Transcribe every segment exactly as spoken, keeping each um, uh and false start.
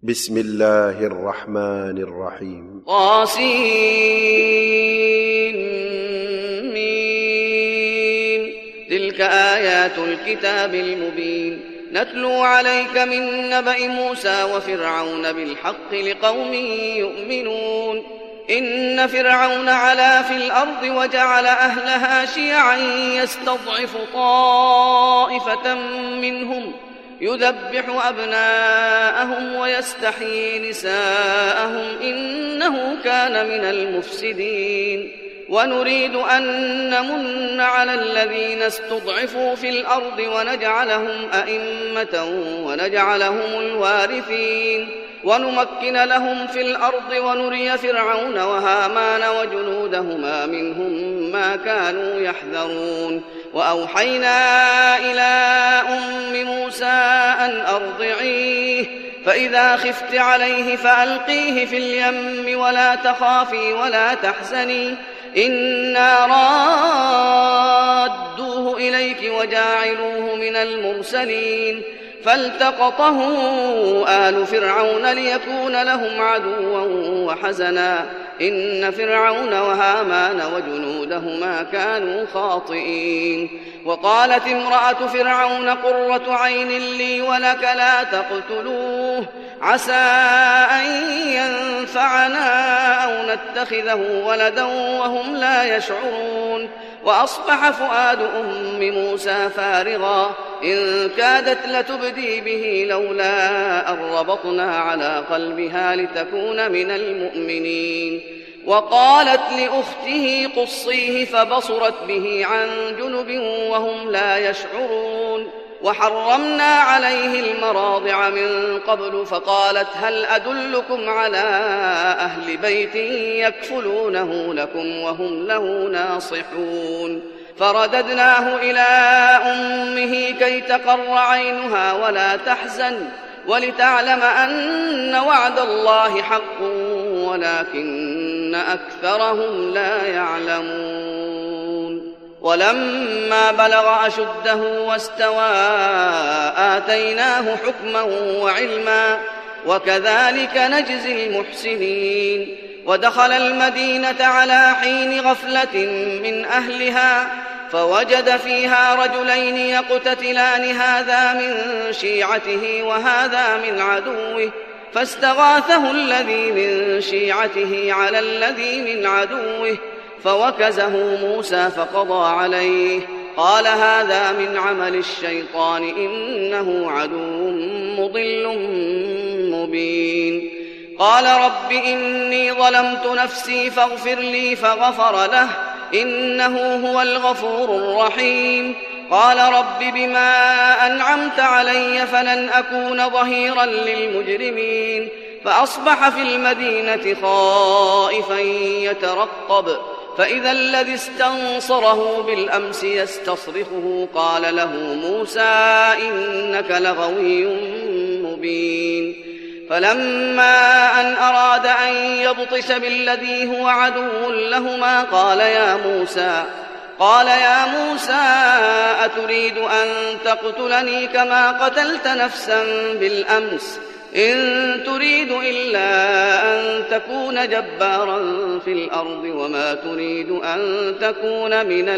بسم الله الرحمن الرحيم. طاسين. تلك آيات الكتاب المبين نتلو عليك من نبأ موسى وفرعون بالحق لقوم يؤمنون. إن فرعون علا في الأرض وجعل أهلها شيعا يستضعف طائفة منهم يذبح أبناءهم ويستحيي نساءهم إنه كان من المفسدين. ونريد أن نمن على الذين استضعفوا في الأرض ونجعلهم أئمة ونجعلهم الوارثين ونمكن لهم في الأرض ونري فرعون وهامان وجنودهما منهم ما كانوا يحذرون. وأوحينا إلى أم موسى أن أرضعيه فإذا خفت عليه فألقيه في اليم ولا تخافي ولا تحزني إنا رادوه إليك وجاعلوه من المرسلين. فالتقطه آل فرعون ليكون لهم عدوا وحزنا إن فرعون وهامان وجنودهما كانوا خاطئين. وقالت امرأة فرعون قرة عين لي ولك لا تقتلوه عسى أن ينفعنا أو نتخذه ولدا وهم لا يشعرون. وأصبح فؤاد أم موسى فارغا إن كادت لتبدي به لولا أن ربطنا على قلبها لتكون من المؤمنين. وقالت لأخته قصيه فبصرت به عن جنب وهم لا يشعرون. وحرمنا عليه المراضع من قبل فقالت هل أدلكم على أهل بيت يكفلونه لكم وهم له ناصحون. فرددناه إلى أمه كي تقر عينها ولا تحزن ولتعلم أن وعد الله حق ولكن أكثرهم لا يعلمون. ولما بلغ أشده واستوى آتيناه حكما وعلما وكذلك نجزي المحسنين. ودخل المدينة على حين غفلة من أهلها فوجد فيها رجلين يقتتلان هذا من شيعته وهذا من عدوه فاستغاثه الذي من شيعته على الذي من عدوه فوكزه موسى فقضى عليه قال هذا من عمل الشيطان إنه عدو مضل مبين. قال رب إني ظلمت نفسي فاغفر لي فغفر له إنه هو الغفور الرحيم. قال رب بما أنعمت علي فلن أكون ظهيرا للمجرمين. فأصبح في المدينة خائفا يترقب فإذا الذي استنصره بالأمس يستصرخه قال له موسى إنك لغوي مبين. فلما أن أراد أن يبطش بالذي هو عدو لهما قال يا موسى قال يا موسى أتريد أن تقتلني كما قتلت نفسا بالأمس إن تريد إلا أن تكون جبارا في الأرض وما تريد أن تكون من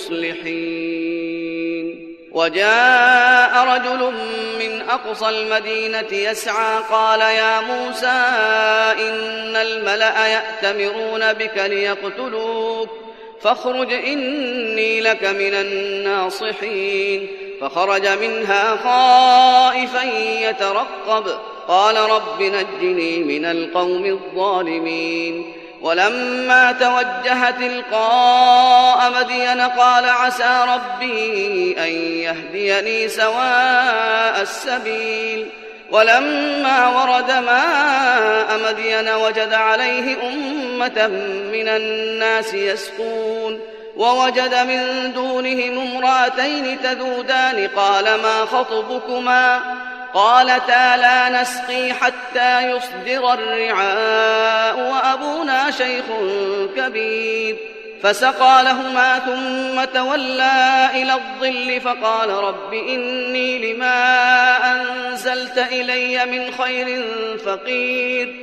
المصلحين. وجاء رجل من أقصى المدينة يسعى قال يا موسى إن الملأ يأتمرون بك ليقتلوك فاخرج إني لك من الناصحين. فخرج منها خائفا يترقب قال رب نجني من القوم الظالمين. ولما توجه تلقاء مدين قال عسى ربي أن يهديني سواء السبيل. ولما ورد ماء مدين وجد عليه أمة من الناس يسقون ووجد من دونهم امرأتين تذودان قال ما خطبكما قالتا لا نسقي حتى يصدر الرعاء وأبونا شيخ كبير. فسقى لهما ثم تولى إلى الظل فقال رب إني لما أنزلت إلي من خير فقير.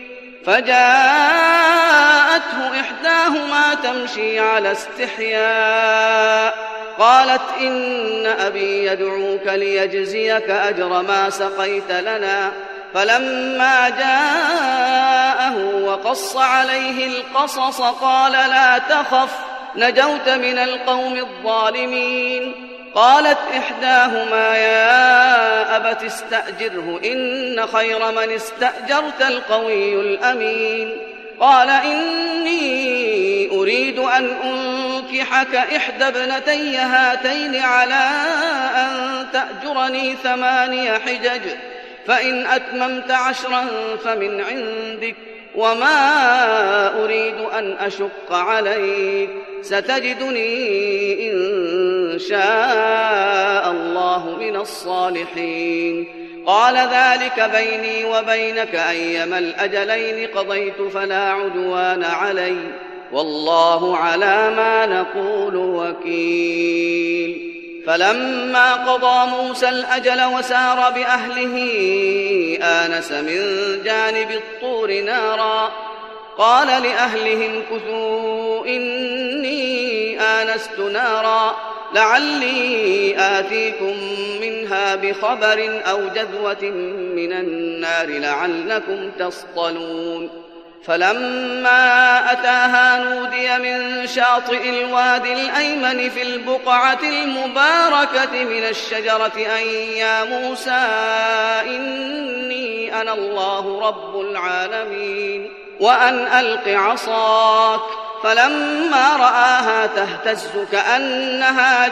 فجاءته إحداهما تمشي على استحياء قالت إن أبي يدعوك ليجزيك أجر ما سقيت لنا. فلما جاءه وقص عليه القصص قال لا تخف نجوت من القوم الظالمين. قالت إحداهما يا أبت استأجره إن خير من استأجرت القوي الأمين. قال إني أريد أن أنكحك إحدى ابنتي هاتين على أن تأجرني ثماني حجج فإن أتممت عشرا فمن عندك وما أريد أن أشق عليك ستجدني إن شاء الله من الصالحين. قال ذلك بيني وبينك أيما الأجلين قضيت فلا عدوان علي والله على ما نقول وكيل. فلما قضى موسى الأجل وسار بأهله آنس من جانب الطور نارا قال لأهلهم كثوا إني آنست نارا لعلي آتيكم منها بخبر أو جذوة من النار لعلكم تصطلون. فلما أتاها نودي من شاطئ الوادي الأيمن في البقعة المباركة من الشجرة أن يا موسى إني أنا الله رب العالمين وأن ألق عصاك. فلما رآها تهتز كأنها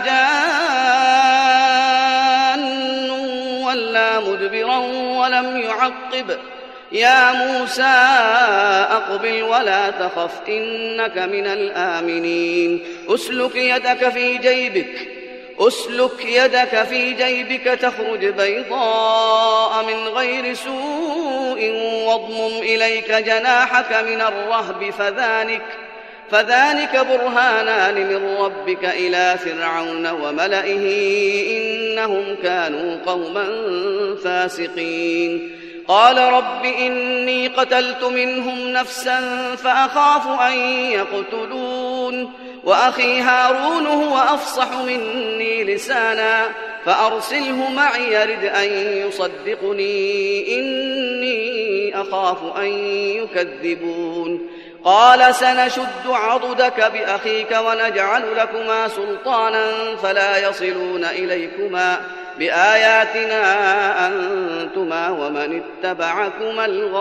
جان ولا مدبرا ولم يعقب يا موسى أقبل ولا تخف إنك من الآمنين. أسلك يدك في جيبك أسلك يدك في جيبك تخرج بيضاء من غير سوء واضمم إليك جناحك من الرهب فذلك فذلك برهانان من ربك إلى فرعون وملئه إنهم كانوا قوما فاسقين. قال رب إني قتلت منهم نفسا فأخاف أن يقتلون وأخي هارون هو أفصح مني لسانا فأرسله معي يرد أن يصدقني إني أخاف أن يكذبون. قال سنشد عضدك بأخيك ونجعل لكما سلطانا فلا يصلون إليكما بآياتنا أنتما ومن اتبعكما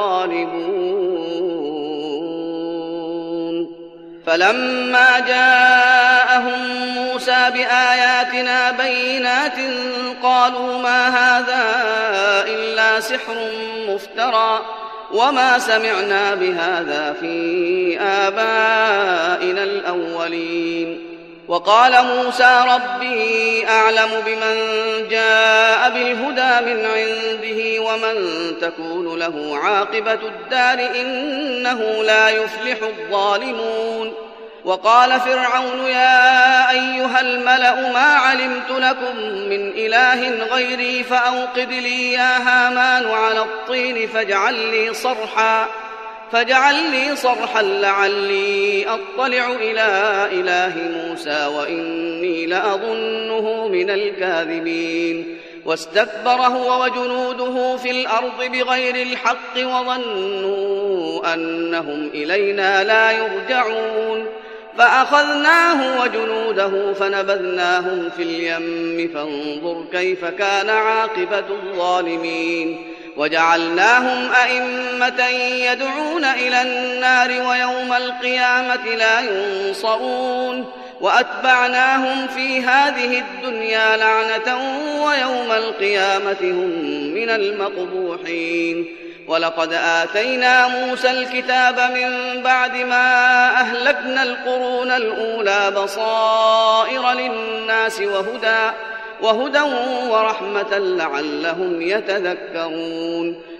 الغالبون. فلما جاءهم موسى بآياتنا بينات قالوا ما هذا إلا سحر مفترى وما سمعنا بهذا في آبائنا الأولين. وقال موسى ربي أعلم بمن جاء بالهدى من عنده ومن تكون له عاقبة الدار إنه لا يفلح الظالمون. وقال فرعون يا أيها الملأ ما علمت لكم من إله غيري فأوقد لي يا هامان على الطين فاجعل لي صرحا فاجعل لي صرحا لعلي أطلع إلى إله موسى وإني لأظنه من الكاذبين. واستكبر هو وجنوده في الأرض بغير الحق وظنوا أنهم إلينا لا يرجعون. فأخذناه وجنوده فنبذناهم في اليم فانظر كيف كان عاقبة الظالمين. وجعلناهم أئمة يدعون إلى النار ويوم القيامة لا ينصرون. وأتبعناهم في هذه الدنيا لعنة ويوم القيامة هم من المقبوحين. ولقد آتينا موسى الكتاب من بعد ما أهلكنا القرون الأولى بصائر للناس وهدى وهدى ورحمة لعلهم يتذكرون.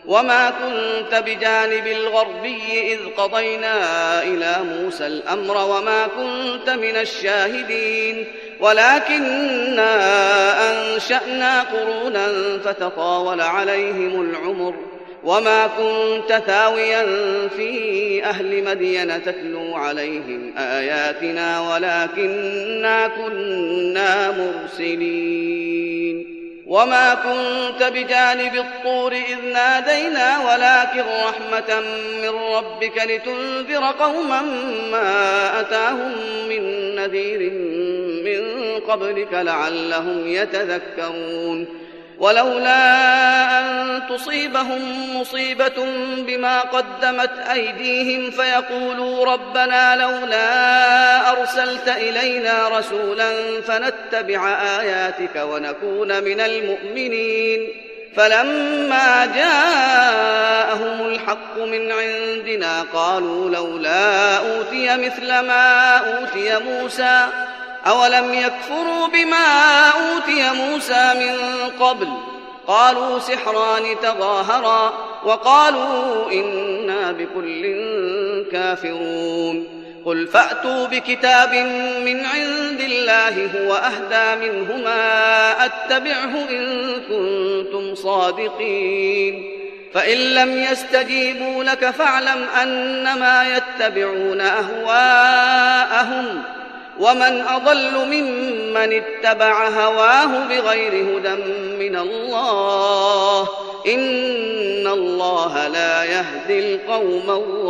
وما كنت بجانب الغربي إذ قضينا إلى موسى الأمر وما كنت من الشاهدين ولكننا أنشأنا قرونا فتطاول عليهم العمر وما كنت ثاويا في أهل مدين تتلو عليهم آياتنا ولكننا كنا مرسلين وما كنت بجانب الطور إذ نادينا ولكن رحمة من ربك لتنذر قوما ما أتاهم من نذير من قبلك لعلهم يتذكرون ولولا أن تصيبهم مصيبة بما قدمت أيديهم فيقولوا ربنا لولا أرسلت إلينا رسولا فنتبع آياتك ونكون من المؤمنين فلما جاءهم الحق من عندنا قالوا لولا أوتي مثل ما أوتي موسى أولم يكفروا بما أوتي موسى من قبل قالوا سحران تظاهرا وقالوا إنا بكل كافرون قل فأتوا بكتاب من عند الله هو أهدى منهما أتبعه إن كنتم صادقين فإن لم يستجيبوا لك فاعلم أنما يتبعون أهواءهم ومن أضل ممن اتبع هواه بغير هدى من الله إن الله لا يهدي القوم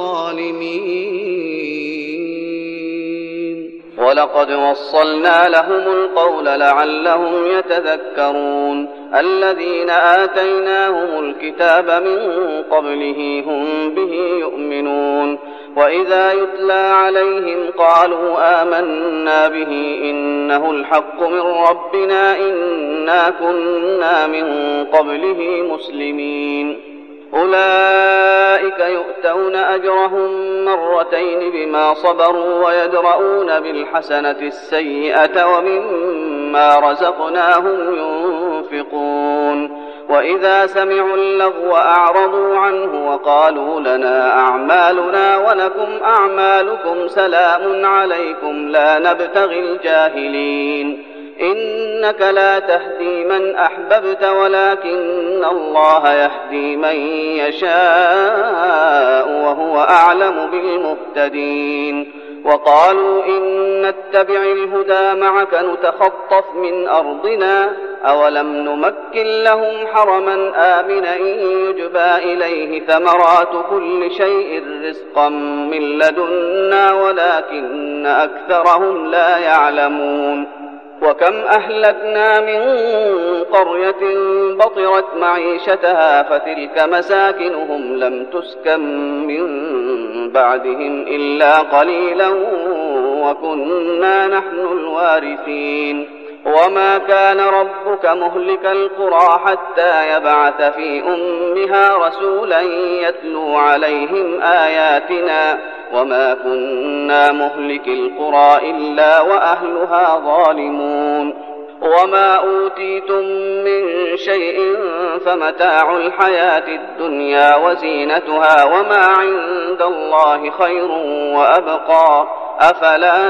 الظالمين ولقد وصلنا لهم القول لعلهم يتذكرون الذين آتيناهم الكتاب من قبله هم به يؤمنون وإذا يتلى عليهم قالوا آمنا به إنه الحق من ربنا إنا كنا من قبله مسلمين أولئك يؤتون أجرهم مرتين بما صبروا ويدرؤون بالحسنة السيئة ومما رزقناهم ينفقون وإذا سمعوا اللغو أعرضوا عنه وقالوا لنا أعمالنا ولكم أعمالكم سلام عليكم لا نبتغي الجاهلين إنك لا تهدي من أحببت ولكن الله يهدي من يشاء وهو أعلم بالمهتدين وقالوا إن نتبع الهدى معك نتخطف من أرضنا أولم نمكن لهم حرما آمنا يجبى إليه ثمرات كل شيء رزقا من لدنا ولكن أكثرهم لا يعلمون وكم أهلكنا من قرية بطرت معيشتها فتلك مساكنهم لم تسكن من بعدهم إلا قليلا وكنا نحن الوارثين وما كان ربك مهلك القرى حتى يبعث في أمها رسولا يتلو عليهم آياتنا وما كنا مهلك القرى إلا وأهلها ظالمون وما أوتيتم من شيء فمتاع الحياة الدنيا وزينتها وما عند الله خير وأبقى أفلا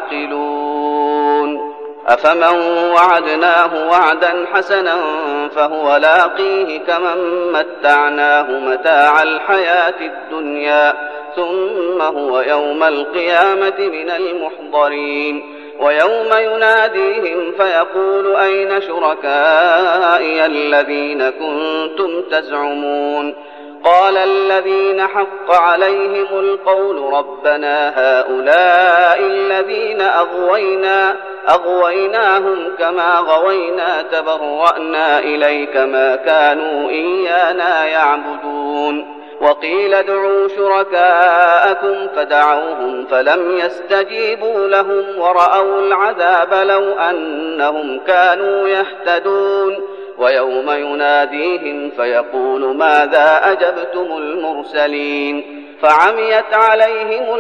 تعقلون أفمن وعدناه وعدا حسنا فهو لاقيه كمن متعناه متاع الحياة الدنيا ثم هو يوم القيامة من المحضرين ويوم يناديهم فيقول أين شركائي الذين كنتم تزعمون قال الذين حق عليهم القول ربنا هؤلاء الذين أغوينا أغويناهم كما غوينا تبرأنا إليك ما كانوا إيانا يعبدون وقيل ادعوا شركاءكم فدعوهم فلم يستجيبوا لهم ورأوا العذاب لو أنهم كانوا يهتدون ويوم يناديهم فيقول ماذا أجبتم المرسلين فعميت عليهم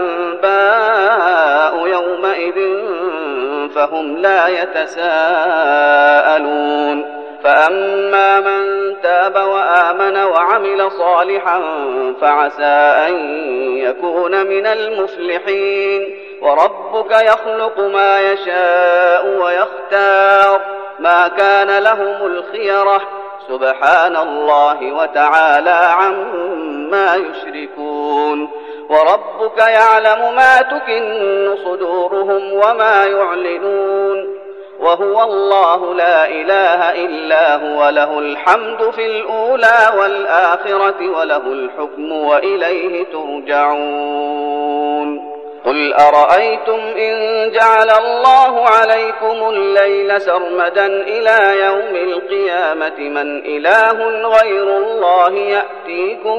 الأنباء يومئذ فهم لا يتساءلون فأما من تاب وآمن وعمل صالحا فعسى أن يكون من المفلحين. وربك يخلق ما يشاء ويختار ما كان لهم الخيرة سبحان الله وتعالى عما يشركون. وربك يعلم ما تكن صدورهم وما يعلنون وهو الله لا إله إلا هو له الحمد في الأولى والآخرة وله الحكم وإليه ترجعون. قل أرأيتم إن جعل الله عليكم الليل سرمدا إلى يوم القيامة من إله غير الله يأتيكم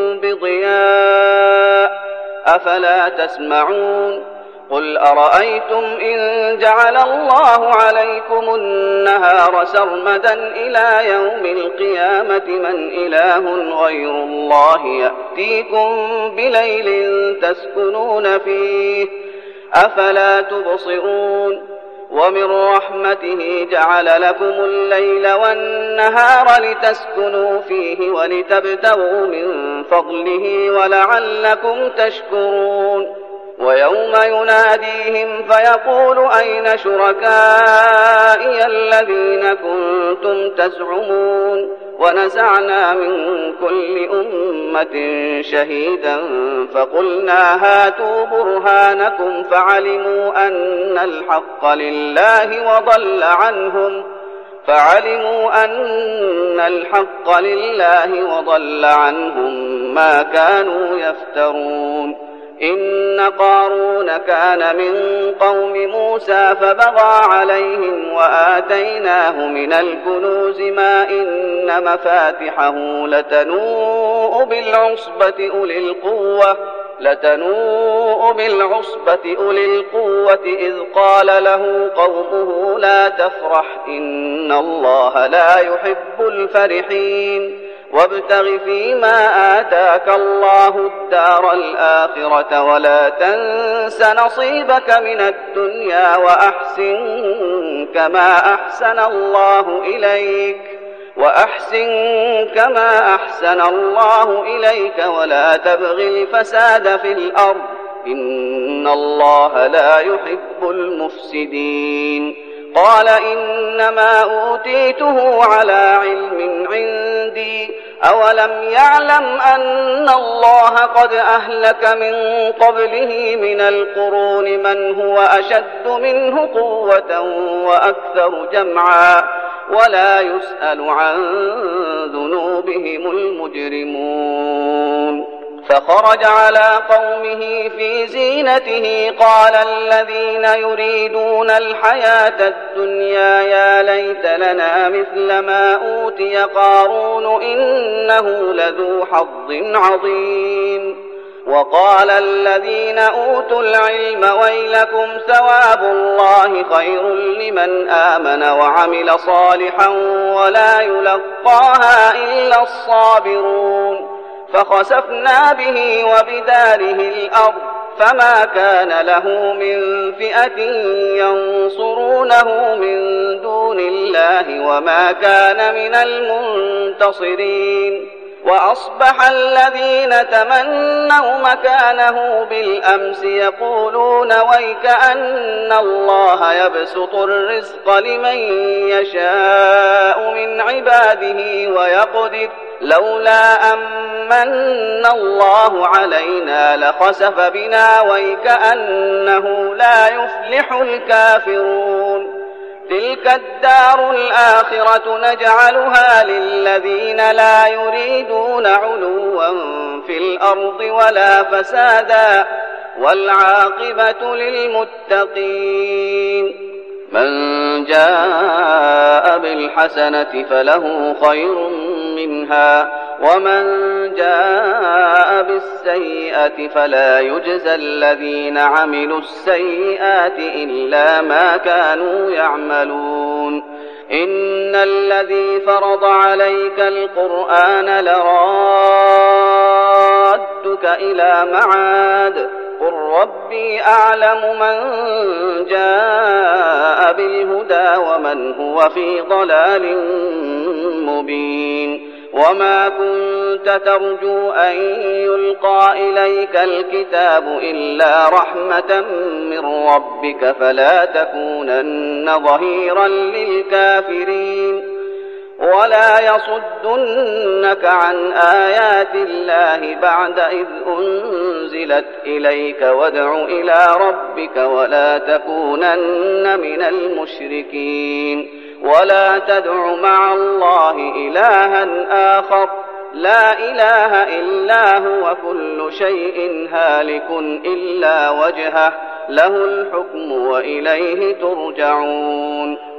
بضياء أفلا تسمعون. قل أرأيتم إن جعل الله عليكم النهار سرمدا إلى يوم القيامة من إله غير الله يأتيكم بليل تسكنون فيه أفلا تبصرون. ومن رحمته جعل لكم الليل والنهار لتسكنوا فيه ولتبتغوا من فضله ولعلكم تشكرون. ويوم يناديهم فيقول أين شركائي الذين كنتم تزعمون ونزعنا من كل أمة شهيدا فقلنا هاتوا برهانكم فعلموا أن الحق لله وضل عنهم فعلموا أن الحق لله وضل عنهم ما كانوا يفترون. إن قارون كان من قوم موسى فبغى عليهم وآتيناه من الكنوز ما إن مفاتحه لتنوء بالعصبة أولي القوة لتنوء بالعصبة أولي القوة إذ قال له قومه لا تفرح إن الله لا يحب الفرحين. وابتغ فيما آتاك الله الدار الآخرة ولا تنس نصيبك من الدنيا وأحسن كما أحسن الله إليك وأحسن كما أحسن الله إليك ولا تبغ الفساد في الأرض إن الله لا يحب المفسدين. قال إنما أوتيته على علم عندي أولم يعلم أن الله قد أهلك من قبله من القرون من هو أشد منه قوة وأكثر جمعا ولا يسأل عن ذنوبهم المجرمون. فخرج على قومه في زينته قال الذين يريدون الحياة الدنيا يا ليت لنا مثل ما أوتي قارون إنه لذو حظ عظيم. وقال الذين أوتوا العلم ويلكم ثواب الله خير لمن آمن وعمل صالحا ولا يلقاها إلا الصابرون. فخسفنا به وبداره الأرض فما كان له من فئة ينصرونه من دون الله وما كان من المنتصرين. وأصبح الذين تمنوا مكانه بالأمس يقولون ويكأن الله يبسط الرزق لمن يشاء من عباده ويقدر لولا أمن الله علينا لخسف بنا ويكأنه لا يفلح الكافرون. تلك الدار الآخرة نجعلها للذين لا يريدون علوا في الأرض ولا فسادا والعاقبة للمتقين. من جاء بالحسنة فله خير منها ومن جاء بالسيئة فلا يجزى الذين عملوا السيئات إلا ما كانوا يعملون. إن الذي فرض عليك القرآن لرادك إلى معاد قل ربي أعلم من جاء بالهدى ومن هو في ضلال مبين وما كنت ترجو أن يلقى إليك الكتاب إلا رحمة من ربك فلا تكونن ظهيرا للكافرين ولا يصدنك عن آيات الله بعد إذ أنزلت إليك وادع إلى ربك ولا تكونن من المشركين ولا تدع مع الله إلها آخر لا إله إلا هو كل شيء هالك إلا وجهه له الحكم وإليه ترجعون